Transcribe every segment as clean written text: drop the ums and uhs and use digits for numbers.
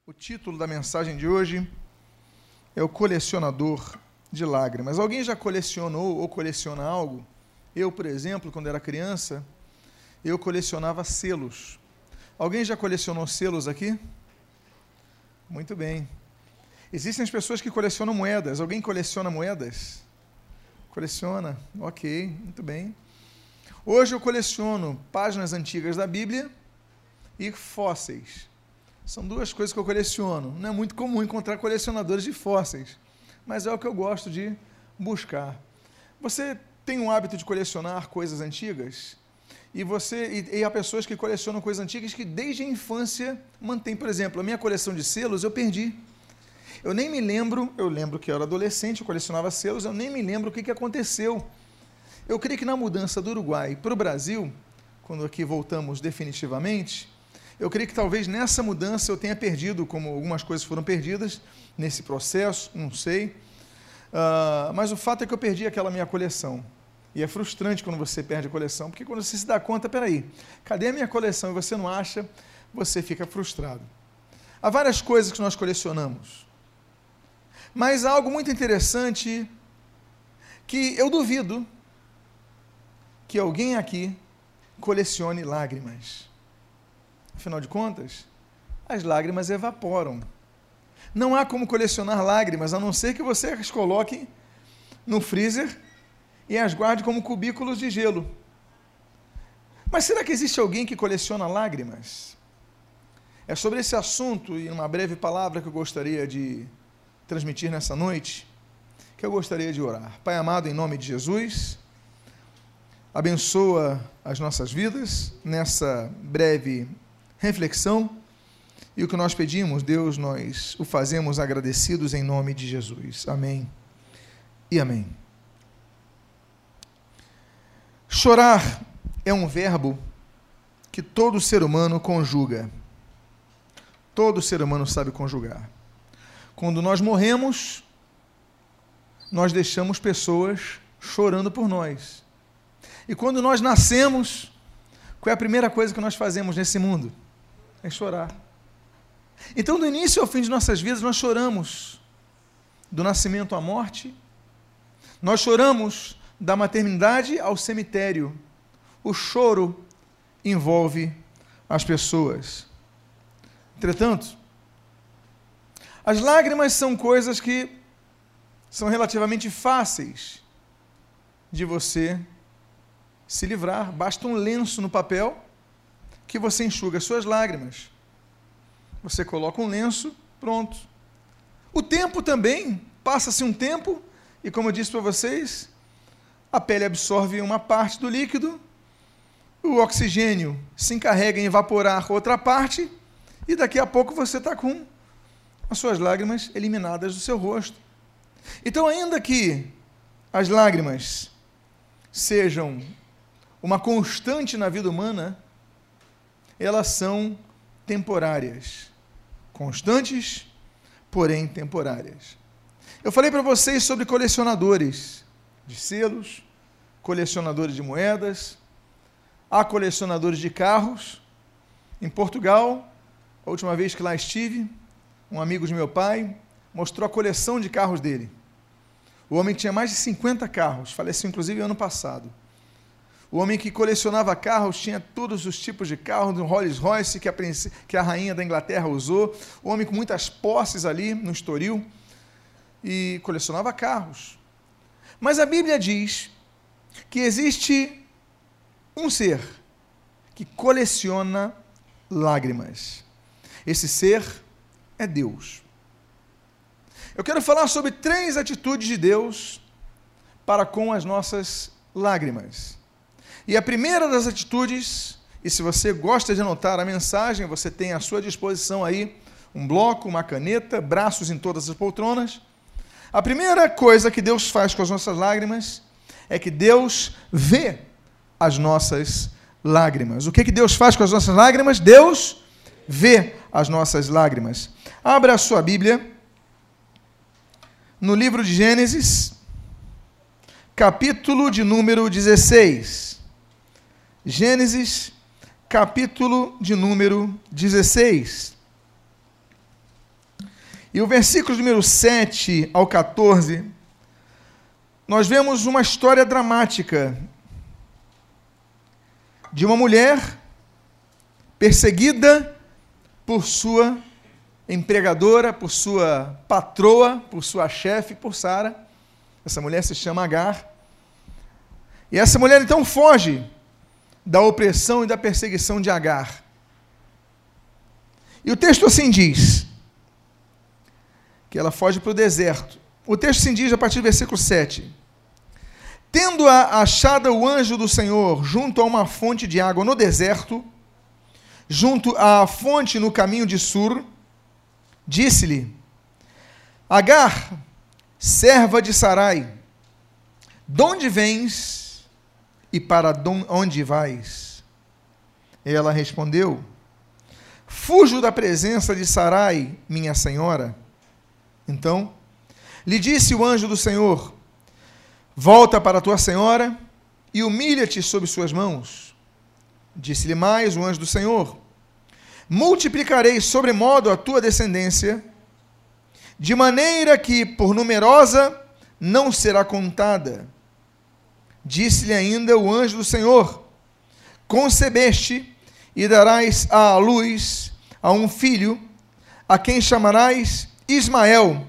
O título da mensagem de hoje é o colecionador de lágrimas. Alguém já colecionou ou coleciona algo? Eu, por exemplo, quando era criança, eu colecionava selos. Alguém já colecionou selos aqui? Muito bem. Existem as pessoas que colecionam moedas. Alguém coleciona moedas? Coleciona. Ok, muito bem. Hoje eu coleciono páginas antigas da Bíblia e fósseis. São duas coisas que eu coleciono. Não é muito comum encontrar colecionadores de fósseis, mas é o que eu gosto de buscar. Você tem um hábito de colecionar coisas antigas? E há pessoas que colecionam coisas antigas que desde a infância mantêm. Por exemplo, a minha coleção de selos eu perdi. Eu nem me lembro, eu lembro que eu era adolescente, eu colecionava selos, eu nem me lembro o que aconteceu. Eu creio que na mudança do Uruguai para o Brasil, quando aqui voltamos definitivamente, eu creio que talvez nessa mudança eu tenha perdido, como algumas coisas foram perdidas nesse processo, não sei. Mas o fato é que eu perdi aquela minha coleção. E é frustrante quando você perde a coleção, porque quando você se dá conta, peraí, cadê a minha coleção? E você não acha, você fica frustrado. Há várias coisas que nós colecionamos. Mas há algo muito interessante que eu duvido que alguém aqui colecione lágrimas. Afinal de contas, as lágrimas evaporam. Não há como colecionar lágrimas, a não ser que você as coloque no freezer e as guarde como cubículos de gelo. Mas será que existe alguém que coleciona lágrimas? É sobre esse assunto, e uma breve palavra que eu gostaria de transmitir nessa noite, que eu gostaria de orar. Pai amado, em nome de Jesus, abençoa as nossas vidas nessa breve reflexão, e o que nós pedimos, Deus, nós o fazemos agradecidos em nome de Jesus. Amém e amém. Chorar é um verbo que todo ser humano conjuga. Todo ser humano sabe conjugar. Quando nós morremos, nós deixamos pessoas chorando por nós. E quando nós nascemos, qual é a primeira coisa que nós fazemos nesse mundo? É chorar. Então, do início ao fim de nossas vidas, nós choramos do nascimento à morte, nós choramos da maternidade ao cemitério. O choro envolve as pessoas. Entretanto, as lágrimas são coisas que são relativamente fáceis de você se livrar. Basta um lenço no papel que você enxuga as suas lágrimas. Você coloca um lenço, pronto. O tempo também, passa-se um tempo, e como eu disse para vocês, a pele absorve uma parte do líquido, o oxigênio se encarrega em evaporar outra parte, e daqui a pouco você está com as suas lágrimas eliminadas do seu rosto. Então, ainda que as lágrimas sejam uma constante na vida humana, elas são temporárias. Constantes, porém temporárias. Eu falei para vocês sobre colecionadores de selos, colecionadores de moedas, há colecionadores de carros. Em Portugal, a última vez que lá estive, um amigo de meu pai mostrou a coleção de carros dele. O homem tinha mais de 50 carros, faleceu inclusive ano passado. O homem que colecionava carros tinha todos os tipos de carros, do Rolls Royce que a rainha da Inglaterra usou, o homem com muitas posses ali no Estoril, e colecionava carros. Mas a Bíblia diz que existe um ser que coleciona lágrimas. Esse ser é Deus. Eu quero falar sobre 3 atitudes de Deus para com as nossas lágrimas. E a primeira das atitudes, e se você gosta de anotar a mensagem, você tem à sua disposição aí um bloco, uma caneta, braços em todas as poltronas. A primeira coisa que Deus faz com as nossas lágrimas é que Deus vê as nossas lágrimas. O que Deus faz com as nossas lágrimas? Deus vê as nossas lágrimas. Abra a sua Bíblia no livro de Gênesis, capítulo de número 16. Gênesis, capítulo de número 16. E o versículo número 7 ao 14, nós vemos uma história dramática de uma mulher perseguida por sua empregadora, por sua patroa, por sua chefe, por Sara. Essa mulher se chama Agar. E essa mulher então foge da opressão e da perseguição de Agar. E o texto assim diz, que ela foge para o deserto. O texto assim diz a partir do versículo 7. Tendo-a achado o anjo do Senhor junto a uma fonte de água no deserto, junto à fonte no caminho de Sur, disse-lhe: Agar, serva de Sarai, donde vens e para onde vais? Ela respondeu: Fujo da presença de Sarai, minha senhora. Então lhe disse o anjo do Senhor: Volta para tua senhora e humilha-te sob suas mãos. Disse-lhe mais o anjo do Senhor: Multiplicarei sobremodo a tua descendência, de maneira que, por numerosa, não será contada. Disse-lhe ainda o anjo do Senhor: Concebeste e darás à luz a um filho, a quem chamarás Ismael,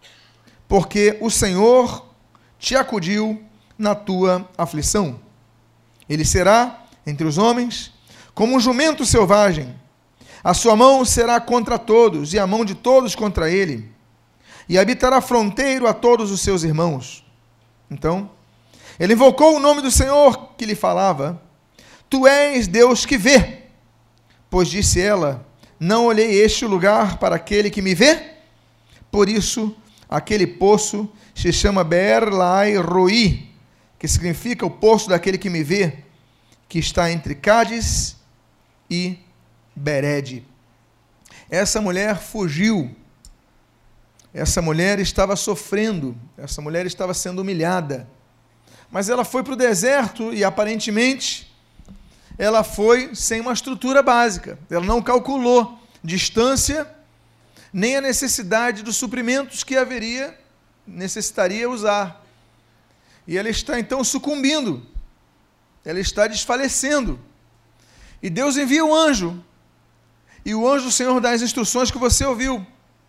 porque o Senhor te acudiu na tua aflição. Ele será, entre os homens, como um jumento selvagem. A sua mão será contra todos, e a mão de todos contra ele. E habitará fronteiro a todos os seus irmãos. Então, ele invocou o nome do Senhor que lhe falava: Tu és Deus que vê. Pois disse ela: Não olhei este lugar para aquele que me vê? Por isso, aquele poço se chama Beer-Lahai-Roi, que significa o poço daquele que me vê, que está entre Cádiz e Bered. Essa mulher fugiu. Essa mulher estava sofrendo. Essa mulher estava sendo humilhada. Mas ela foi para o deserto e, aparentemente, ela foi sem uma estrutura básica. Ela não calculou distância, nem a necessidade dos suprimentos que necessitaria usar. E ela está então sucumbindo. Ela está desfalecendo. E Deus envia um anjo. E o anjo do Senhor dá as instruções que você ouviu.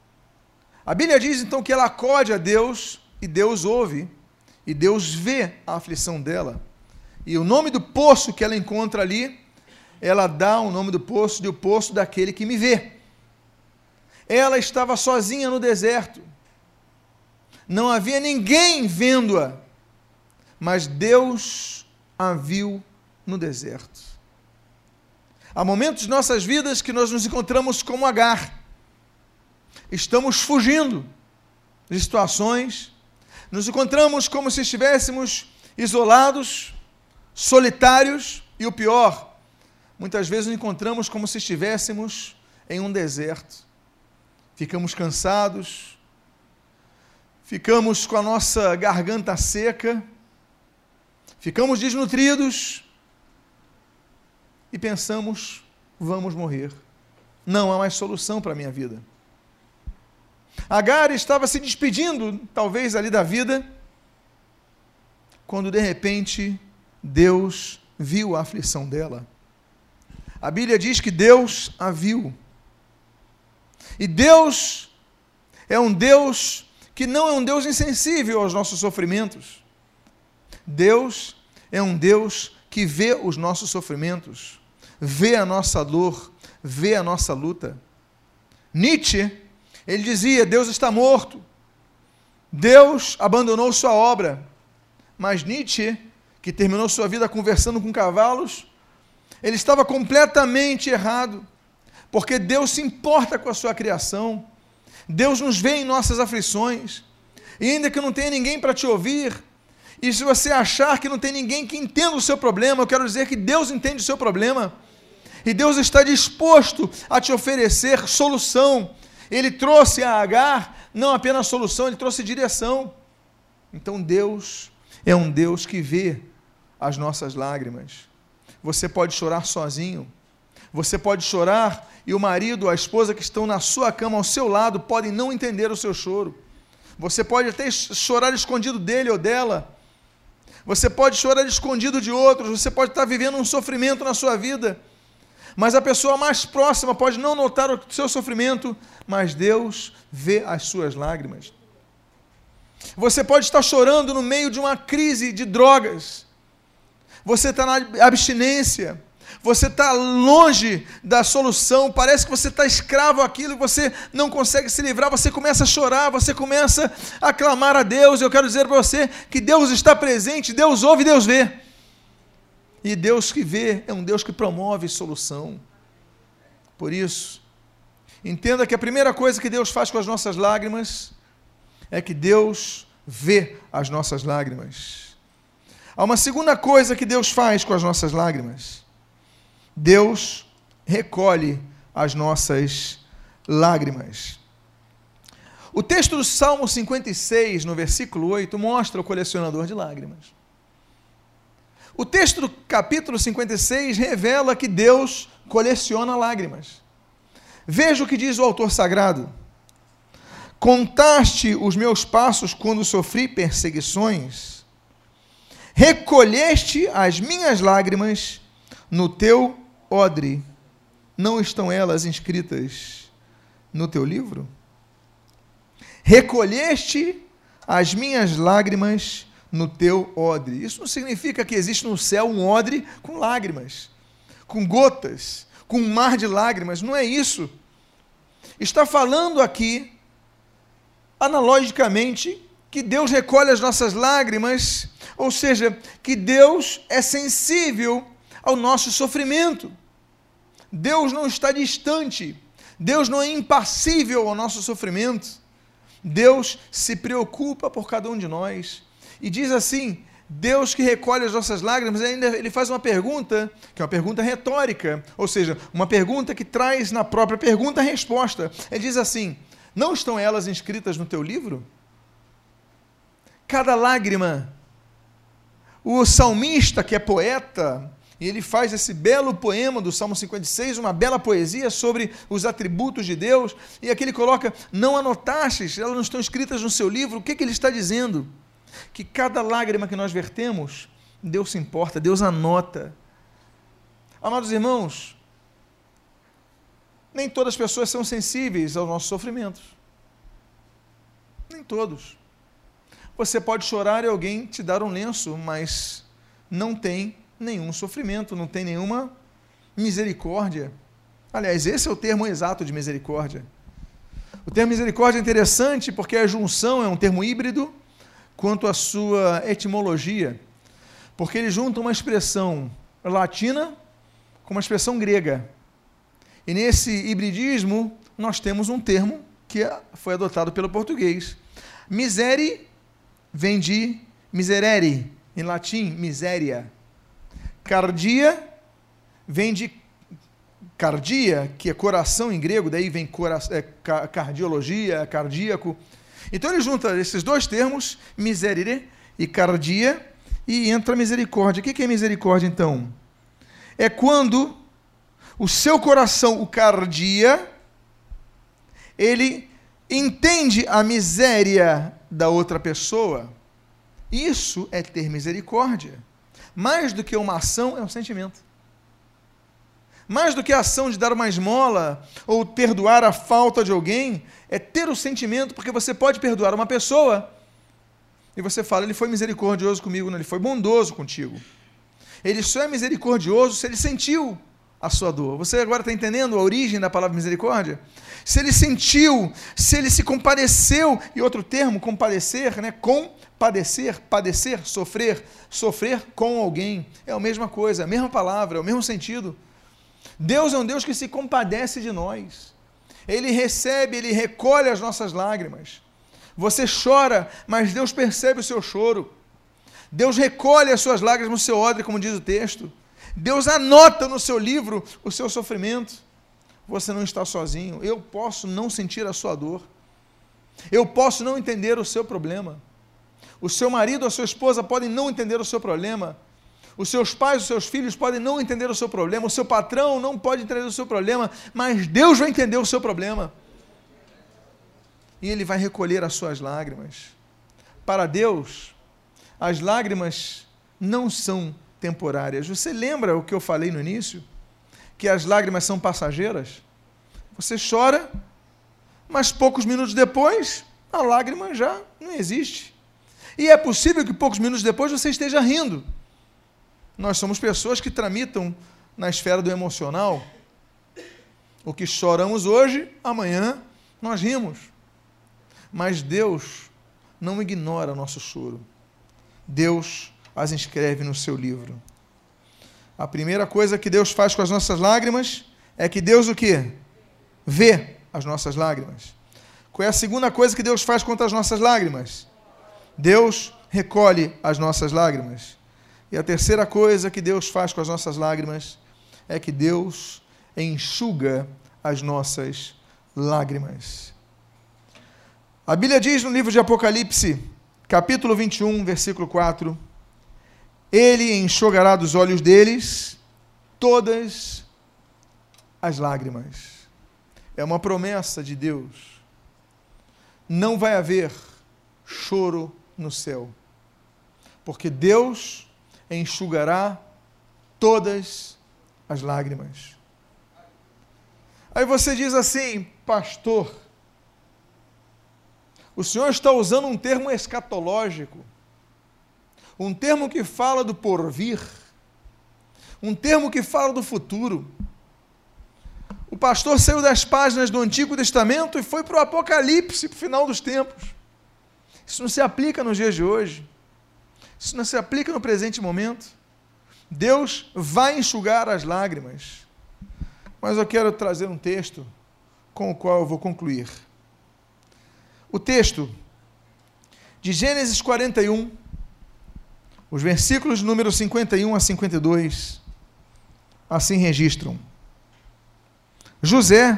A Bíblia diz então que ela acode a Deus, e Deus ouve, e Deus vê a aflição dela. E o nome do poço que ela encontra ali, ela dá o nome do poço de o poço daquele que me vê. Ela estava sozinha no deserto. Não havia ninguém vendo-a, mas Deus a viu no deserto. Há momentos de nossas vidas que nós nos encontramos como Agar. Estamos fugindo de situações, nos encontramos como se estivéssemos isolados, solitários, e o pior, muitas vezes nos encontramos como se estivéssemos em um deserto. Ficamos cansados, ficamos com a nossa garganta seca, ficamos desnutridos e pensamos: vamos morrer. Não há mais solução para a minha vida. Agar estava se despedindo, talvez, ali da vida, quando de repente Deus viu a aflição dela. A Bíblia diz que Deus a viu. E Deus é um Deus que não é um Deus insensível aos nossos sofrimentos. Deus é um Deus que vê os nossos sofrimentos, vê a nossa dor, vê a nossa luta. Nietzsche, ele dizia: Deus está morto, Deus abandonou sua obra. Mas Nietzsche, que terminou sua vida conversando com cavalos, ele estava completamente errado, porque Deus se importa com a sua criação, Deus nos vê em nossas aflições, e ainda que não tenha ninguém para te ouvir, e se você achar que não tem ninguém que entenda o seu problema, eu quero dizer que Deus entende o seu problema, e Deus está disposto a te oferecer solução. Ele trouxe a Agar não apenas solução, ele trouxe direção. Então Deus é um Deus que vê as nossas lágrimas. Você pode chorar sozinho, Você pode chorar e o marido, a esposa que estão na sua cama ao seu lado podem não entender o seu choro. Você pode até chorar escondido dele ou dela. Você pode chorar escondido de outros. Você pode estar vivendo um sofrimento na sua vida. Mas a pessoa mais próxima pode não notar o seu sofrimento, mas Deus vê as suas lágrimas. Você pode estar chorando no meio de uma crise de drogas. Você está na abstinência. Você está longe da solução, parece que você está escravo àquilo, você não consegue se livrar, você começa a chorar, você começa a clamar a Deus. Eu quero dizer para você que Deus está presente, Deus ouve, Deus vê. E Deus que vê é um Deus que promove solução. Por isso, entenda que a primeira coisa que Deus faz com as nossas lágrimas é que Deus vê as nossas lágrimas. Há uma segunda coisa que Deus faz com as nossas lágrimas. Deus recolhe as nossas lágrimas. O texto do Salmo 56, no versículo 8, mostra o colecionador de lágrimas. O texto do capítulo 56 revela que Deus coleciona lágrimas. Veja o que diz o autor sagrado. Contaste os meus passos quando sofri perseguições, recolheste as minhas lágrimas no teu odre, não estão elas inscritas no teu livro? Recolheste as minhas lágrimas no teu odre. Isso não significa que existe no céu um odre com lágrimas, com gotas, com um mar de lágrimas. Não é isso. Está falando aqui, analogicamente, que Deus recolhe as nossas lágrimas, ou seja, que Deus é sensível ao nosso sofrimento. Deus não está distante, Deus não é impassível ao nosso sofrimento. Deus se preocupa por cada um de nós. E diz assim, Deus que recolhe as nossas lágrimas, ainda ele faz uma pergunta, que é uma pergunta retórica, ou seja, uma pergunta que traz na própria pergunta a resposta. Ele diz assim, não estão elas inscritas no teu livro? Cada lágrima, o salmista, que é poeta, e ele faz esse belo poema do Salmo 56, uma bela poesia sobre os atributos de Deus, e aqui ele coloca, não anotastes, elas não estão escritas no seu livro. O que ele está dizendo? Que cada lágrima que nós vertemos, Deus se importa, Deus anota. Amados irmãos, nem todas as pessoas são sensíveis aos nossos sofrimentos. Nem todos. Você pode chorar e alguém te dar um lenço, mas não tem nenhum sofrimento, não tem nenhuma misericórdia. Aliás, esse é o termo exato de misericórdia. O termo misericórdia é interessante porque a junção é um termo híbrido quanto à sua etimologia, porque ele junta uma expressão latina com uma expressão grega. E nesse hibridismo nós temos um termo que foi adotado pelo português. Misere vem de miserere, em latim, miséria. Cardia vem de cardia, que é coração em grego, daí vem cardiologia, cardíaco. Então ele junta esses dois termos, miserere e cardia, e entra misericórdia. O que é misericórdia, então? É quando o seu coração, o cardia, ele entende a miséria da outra pessoa. Isso é ter misericórdia. Mais do que uma ação, é um sentimento. Mais do que a ação de dar uma esmola ou perdoar a falta de alguém, é ter o sentimento, porque você pode perdoar uma pessoa e você fala, ele foi misericordioso comigo, não, ele foi bondoso contigo. Ele só é misericordioso se ele sentiu a sua dor. Você agora está entendendo a origem da palavra misericórdia? Se ele sentiu, se ele se compadeceu, e outro termo, compadecer, né? Compadecer, padecer, sofrer com alguém, é a mesma coisa, a mesma palavra, é o mesmo sentido. Deus é um Deus que se compadece de nós. Ele recebe, ele recolhe as nossas lágrimas. Você chora, mas Deus percebe o seu choro. Deus recolhe as suas lágrimas no seu odre, como diz o texto. Deus anota no seu livro o seu sofrimento. Você não está sozinho. Eu posso não sentir a sua dor. Eu posso não entender o seu problema. O seu marido ou a sua esposa podem não entender o seu problema. Os seus pais, os seus filhos podem não entender o seu problema, o seu patrão não pode entender o seu problema, mas Deus vai entender o seu problema. E Ele vai recolher as suas lágrimas. Para Deus, as lágrimas não são temporárias. Você lembra o que eu falei no início? Que as lágrimas são passageiras? Você chora, mas poucos minutos depois, a lágrima já não existe. E é possível que poucos minutos depois você esteja rindo. Nós somos pessoas que tramitam na esfera do emocional. O que choramos hoje, amanhã nós rimos. Mas Deus não ignora nosso choro. Deus as inscreve no seu livro. A primeira coisa que Deus faz com as nossas lágrimas é que Deus o quê? Vê as nossas lágrimas. Qual é a segunda coisa que Deus faz contra as nossas lágrimas? Deus recolhe as nossas lágrimas. E a terceira coisa que Deus faz com as nossas lágrimas é que Deus enxuga as nossas lágrimas. A Bíblia diz no livro de Apocalipse, capítulo 21, versículo 4, Ele enxugará dos olhos deles todas as lágrimas. É uma promessa de Deus. Não vai haver choro no céu, porque Deus enxugará todas as lágrimas. Aí você diz assim, pastor, o senhor está usando um termo escatológico, um termo que fala do porvir, um termo que fala do futuro. O pastor saiu das páginas do Antigo Testamento e foi para o Apocalipse, para o final dos tempos. Isso não se aplica nos dias de hoje. Isso não se aplica no presente momento. Deus vai enxugar as lágrimas. Mas eu quero trazer um texto com o qual eu vou concluir. O texto de Gênesis 41, os versículos número 51 a 52, assim registram. José,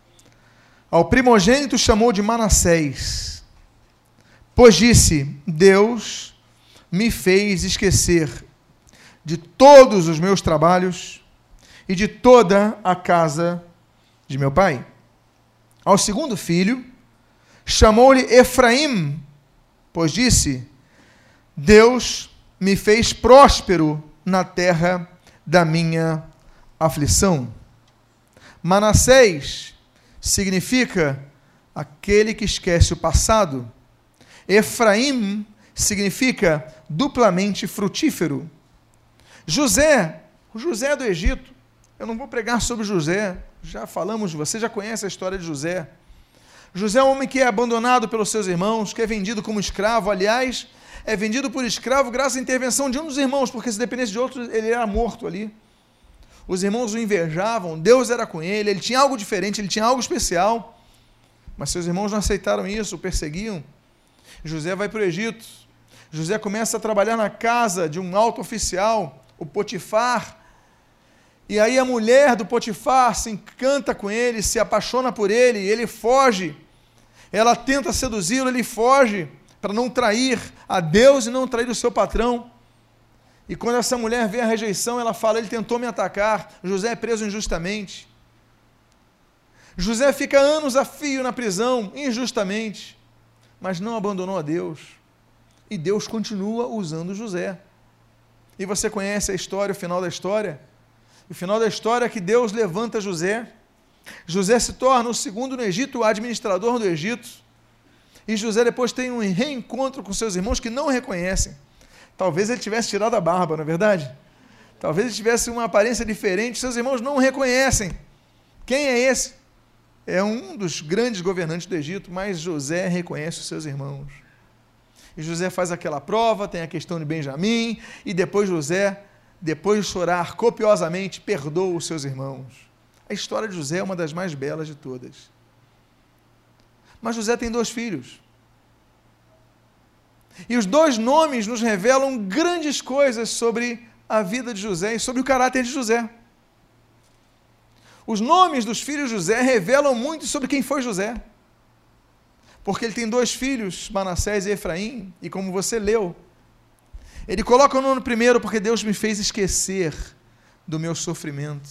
ao primogênito chamou de Manassés, pois disse, Deus me fez esquecer de todos os meus trabalhos e de toda a casa de meu pai. Ao segundo filho, chamou-lhe Efraim, pois disse, Deus me fez próspero na terra da minha aflição. Manassés significa aquele que esquece o passado. Efraim significa duplamente frutífero. José, o José do Egito, eu não vou pregar sobre José, já falamos, você já conhece a história de José. José é um homem que é abandonado pelos seus irmãos, que é vendido como escravo, aliás, é vendido por escravo graças à intervenção de um dos irmãos, porque se dependesse de outro, ele era morto ali. Os irmãos o invejavam, Deus era com ele, ele tinha algo diferente, ele tinha algo especial, mas seus irmãos não aceitaram isso, o perseguiam. José vai para o Egito, José começa a trabalhar na casa de um alto oficial, o Potifar, e aí a mulher do Potifar se encanta com ele, se apaixona por ele, ele foge, ela tenta seduzi-lo, ele foge, para não trair a Deus e não trair o seu patrão. E quando essa mulher vê a rejeição, ela fala, ele tentou me atacar, José é preso injustamente. José fica anos a fio na prisão, injustamente, mas não abandonou a Deus. E Deus continua usando José. E você conhece a história, o final da história? O final da história é que Deus levanta José. José se torna o segundo no Egito, o administrador do Egito. E José depois tem um reencontro com seus irmãos que não o reconhecem. Talvez ele tivesse tirado a barba, não é verdade? Talvez ele tivesse uma aparência diferente, seus irmãos não o reconhecem. Quem é esse? É um dos grandes governantes do Egito, mas José reconhece os seus irmãos. E José faz aquela prova, tem a questão de Benjamim, e depois José, depois de chorar copiosamente, perdoa os seus irmãos. A história de José é uma das mais belas de todas. Mas José tem 2 filhos. E os 2 nomes nos revelam grandes coisas sobre a vida de José e sobre o caráter de José. Os nomes dos filhos de José revelam muito sobre quem foi José. Porque ele tem 2 filhos, Manassés e Efraim, e como você leu, Ele coloca no primeiro porque Deus me fez esquecer do meu sofrimento.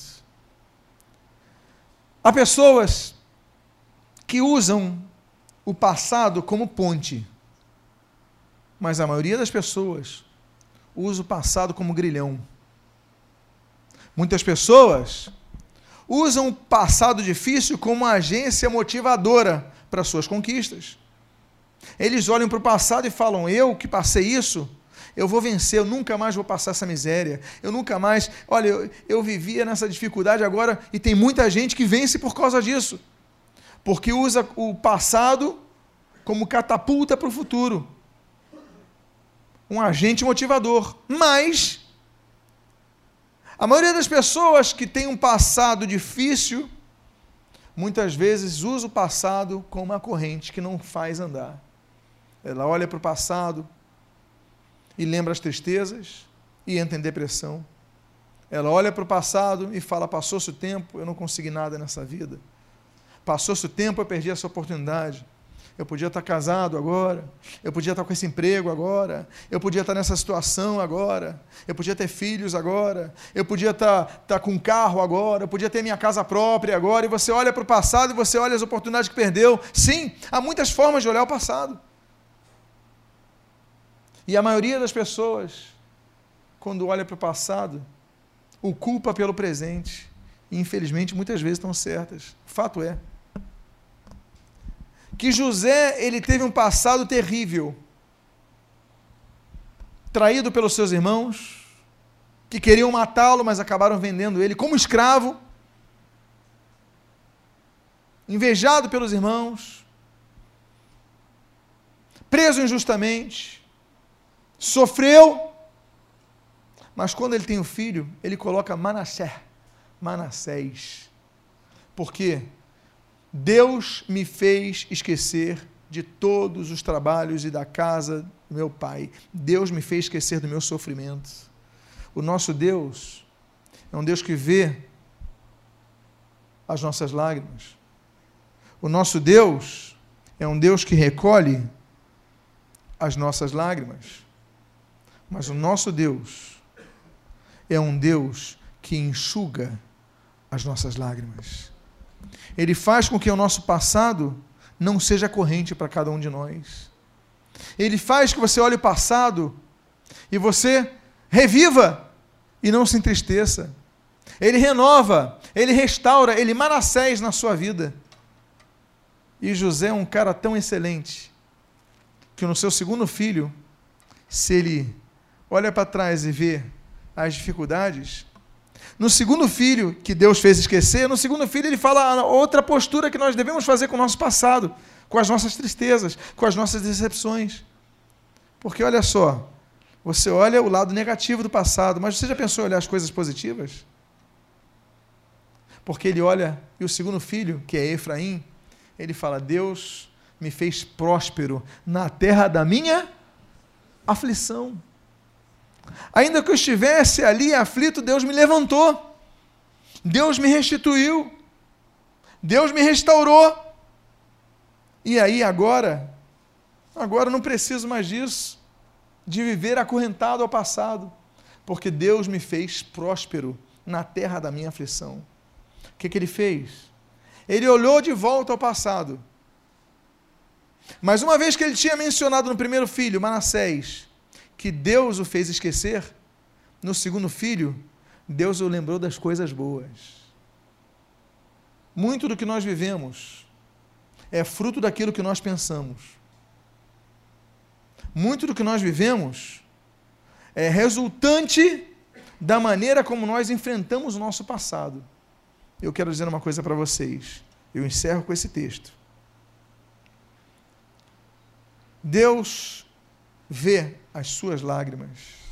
Há pessoas que usam o passado como ponte, mas a maioria das pessoas usa o passado como grilhão. Muitas pessoas usam o passado difícil como uma agência motivadora para suas conquistas. Eles olham para o passado e falam: eu que passei isso, eu vou vencer, eu nunca mais vou passar essa miséria, eu nunca mais, olha, eu vivia nessa dificuldade agora, e tem muita gente que vence por causa disso, porque usa o passado como catapulta para o futuro, um agente motivador. Mas a maioria das pessoas que tem um passado difícil, muitas vezes usa o passado como uma corrente que não faz andar. Ela olha para o passado e lembra as tristezas e entra em depressão. Ela olha para o passado e fala: passou-se o tempo, eu não consegui nada nessa vida. Passou-se o tempo, eu perdi essa oportunidade. Eu podia estar casado agora, eu podia estar com esse emprego agora, eu podia estar nessa situação agora, eu podia ter filhos agora, eu podia estar com um carro agora, eu podia ter minha casa própria agora. E você olha para o passado e você olha as oportunidades que perdeu. Sim, há muitas formas de olhar o passado. E a maioria das pessoas, quando olha para o passado, o culpa pelo presente. E infelizmente muitas vezes estão certas. O fato é que José, ele teve um passado terrível, traído pelos seus irmãos, que queriam matá-lo, mas acabaram vendendo ele como escravo, invejado pelos irmãos, preso injustamente, sofreu, mas quando ele tem um filho, ele coloca Manassés, porque Deus me fez esquecer de todos os trabalhos e da casa do meu pai. Deus me fez esquecer do meu sofrimento. O nosso Deus é um Deus que vê as nossas lágrimas. O nosso Deus é um Deus que recolhe as nossas lágrimas. Mas o nosso Deus é um Deus que enxuga as nossas lágrimas. Ele faz com que o nosso passado não seja corrente para cada um de nós. Ele faz que você olhe o passado e você reviva e não se entristeça. Ele renova, ele restaura, ele Manassés na sua vida. E José é um cara tão excelente que no seu segundo filho, se ele olha para trás e vê as dificuldades, no segundo filho que Deus fez esquecer, no segundo filho ele fala outra postura que nós devemos fazer com o nosso passado, com as nossas tristezas, com as nossas decepções. Porque olha só, você olha o lado negativo do passado, mas você já pensou em olhar as coisas positivas? Porque ele olha, e o segundo filho, que é Efraim, ele fala: Deus me fez próspero na terra da minha aflição. Ainda que eu estivesse ali aflito, Deus me levantou, Deus me restituiu, Deus me restaurou. E aí agora não preciso mais disso, de viver acorrentado ao passado, porque Deus me fez próspero na terra da minha aflição. O que ele fez? Ele olhou de volta ao passado, mas uma vez que ele tinha mencionado no primeiro filho, Manassés, que Deus o fez esquecer, no segundo filho, Deus o lembrou das coisas boas. Muito do que nós vivemos é fruto daquilo que nós pensamos. Muito do que nós vivemos é resultante da maneira como nós enfrentamos o nosso passado. Eu quero dizer uma coisa para vocês. Eu encerro com esse texto. Deus vê as suas lágrimas.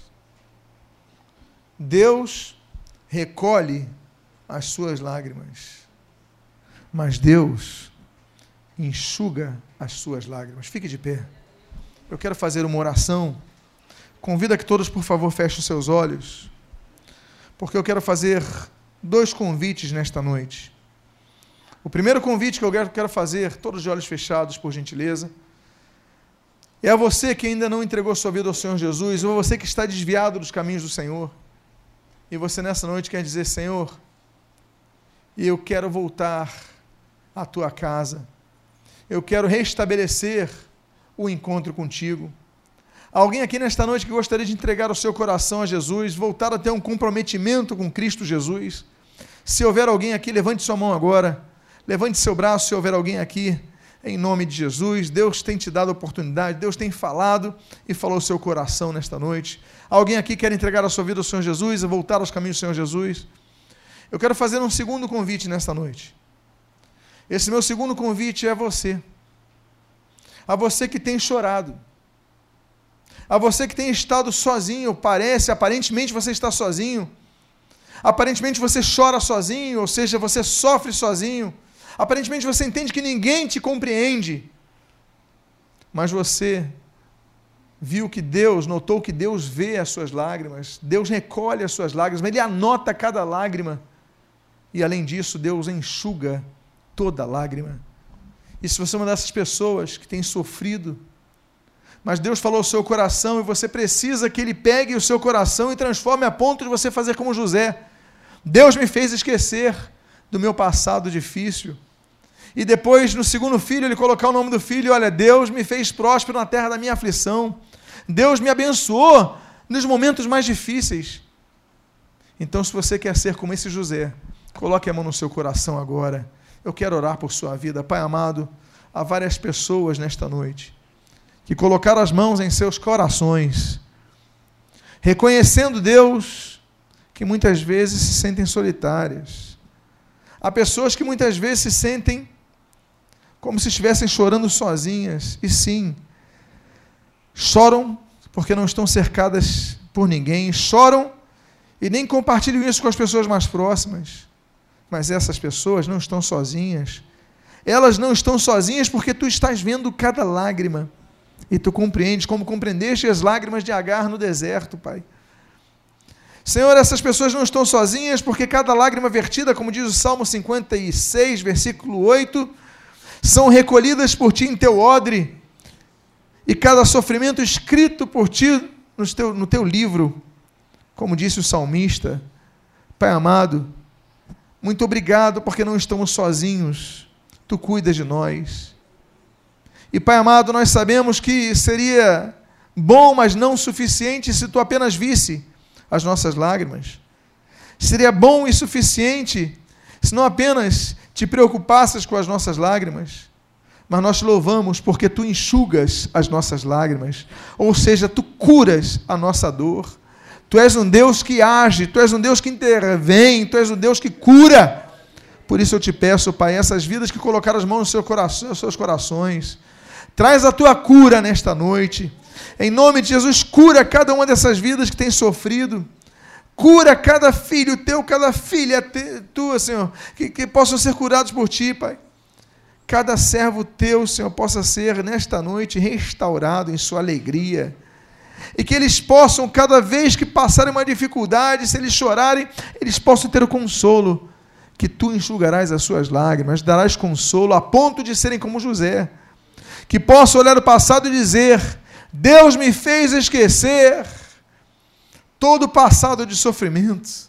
Deus recolhe as suas lágrimas. Mas Deus enxuga as suas lágrimas. Fique de pé. Eu quero fazer uma oração. Convido a que todos, por favor, fechem os seus olhos, porque eu quero fazer 2 convites nesta noite. O primeiro convite que eu quero fazer, todos de olhos fechados, por gentileza, É a você que ainda não entregou sua vida ao Senhor Jesus, ou a você que está desviado dos caminhos do Senhor, e você nessa noite quer dizer: Senhor, eu quero voltar à tua casa, eu quero restabelecer o encontro contigo. Alguém aqui nesta noite que gostaria de entregar o seu coração a Jesus, voltar a ter um comprometimento com Cristo Jesus? Se houver alguém aqui, levante sua mão agora, levante seu braço se houver alguém aqui, em nome de Jesus. Deus tem te dado a oportunidade, Deus tem falado e falou o seu coração nesta noite. Alguém aqui quer entregar a sua vida ao Senhor Jesus e voltar aos caminhos do Senhor Jesus? Eu quero fazer um segundo convite nesta noite. Esse meu segundo convite é a você que tem chorado, a você que tem estado sozinho, aparentemente você está sozinho, aparentemente você chora sozinho, ou seja, você sofre sozinho, aparentemente você entende que ninguém te compreende, mas você notou que Deus vê as suas lágrimas, Deus recolhe as suas lágrimas, Ele anota cada lágrima, e além disso, Deus enxuga toda lágrima. E se você é uma dessas pessoas que tem sofrido, mas Deus falou ao seu coração e você precisa que Ele pegue o seu coração e transforme a ponto de você fazer como José: Deus me fez esquecer do meu passado difícil. E depois, no segundo filho, ele colocar o nome do filho: olha, Deus me fez próspero na terra da minha aflição. Deus me abençoou nos momentos mais difíceis. Então, se você quer ser como esse José, coloque a mão no seu coração agora. Eu quero orar por sua vida. Pai amado, há várias pessoas nesta noite que colocaram as mãos em seus corações, reconhecendo, Deus, que muitas vezes se sentem solitárias. Há pessoas que muitas vezes se sentem como se estivessem chorando sozinhas, e sim, choram porque não estão cercadas por ninguém, choram e nem compartilham isso com as pessoas mais próximas. Mas essas pessoas não estão sozinhas. Elas não estão sozinhas porque tu estás vendo cada lágrima. E tu compreendes, como compreendeste as lágrimas de Agar no deserto, Pai. Senhor, essas pessoas não estão sozinhas porque cada lágrima vertida, como diz o Salmo 56, versículo 8, são recolhidas por Ti em Teu odre. E cada sofrimento escrito por Ti no Teu livro, como disse o salmista. Pai amado, muito obrigado porque não estamos sozinhos. Tu cuidas de nós. E Pai amado, nós sabemos que seria bom, mas não suficiente se Tu apenas visse as nossas lágrimas. Seria bom e suficiente se não apenas Te preocupasses com as nossas lágrimas, mas nós Te louvamos porque Tu enxugas as nossas lágrimas, ou seja, Tu curas a nossa dor. Tu és um Deus que age, Tu és um Deus que intervém, Tu és um Deus que cura. Por isso eu Te peço, Pai, essas vidas que colocaram as mãos no seu coração, nos seus corações, traz a Tua cura nesta noite. Em nome de Jesus, cura cada uma dessas vidas que tem sofrido. Cura cada filho Teu, cada filha Tua, Senhor, que possam ser curados por Ti, Pai. Cada servo Teu, Senhor, possa ser nesta noite restaurado em sua alegria. E que eles possam, cada vez que passarem uma dificuldade, se eles chorarem, eles possam ter o consolo, que Tu enxugarás as suas lágrimas, darás consolo a ponto de serem como José, que possam olhar o passado e dizer: Deus me fez esquecer todo o passado de sofrimentos,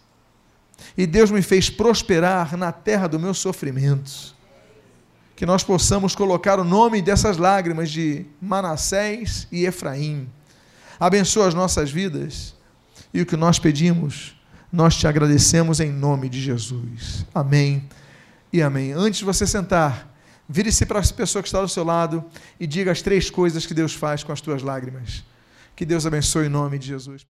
e Deus me fez prosperar na terra do meu sofrimento. Que nós possamos colocar o nome dessas lágrimas de Manassés e Efraim. Abençoa as nossas vidas, e o que nós pedimos, nós Te agradecemos em nome de Jesus. Amém e amém. Antes de você sentar, vire-se para essa pessoa que está do seu lado e diga as 3 coisas que Deus faz com as tuas lágrimas. Que Deus abençoe em nome de Jesus.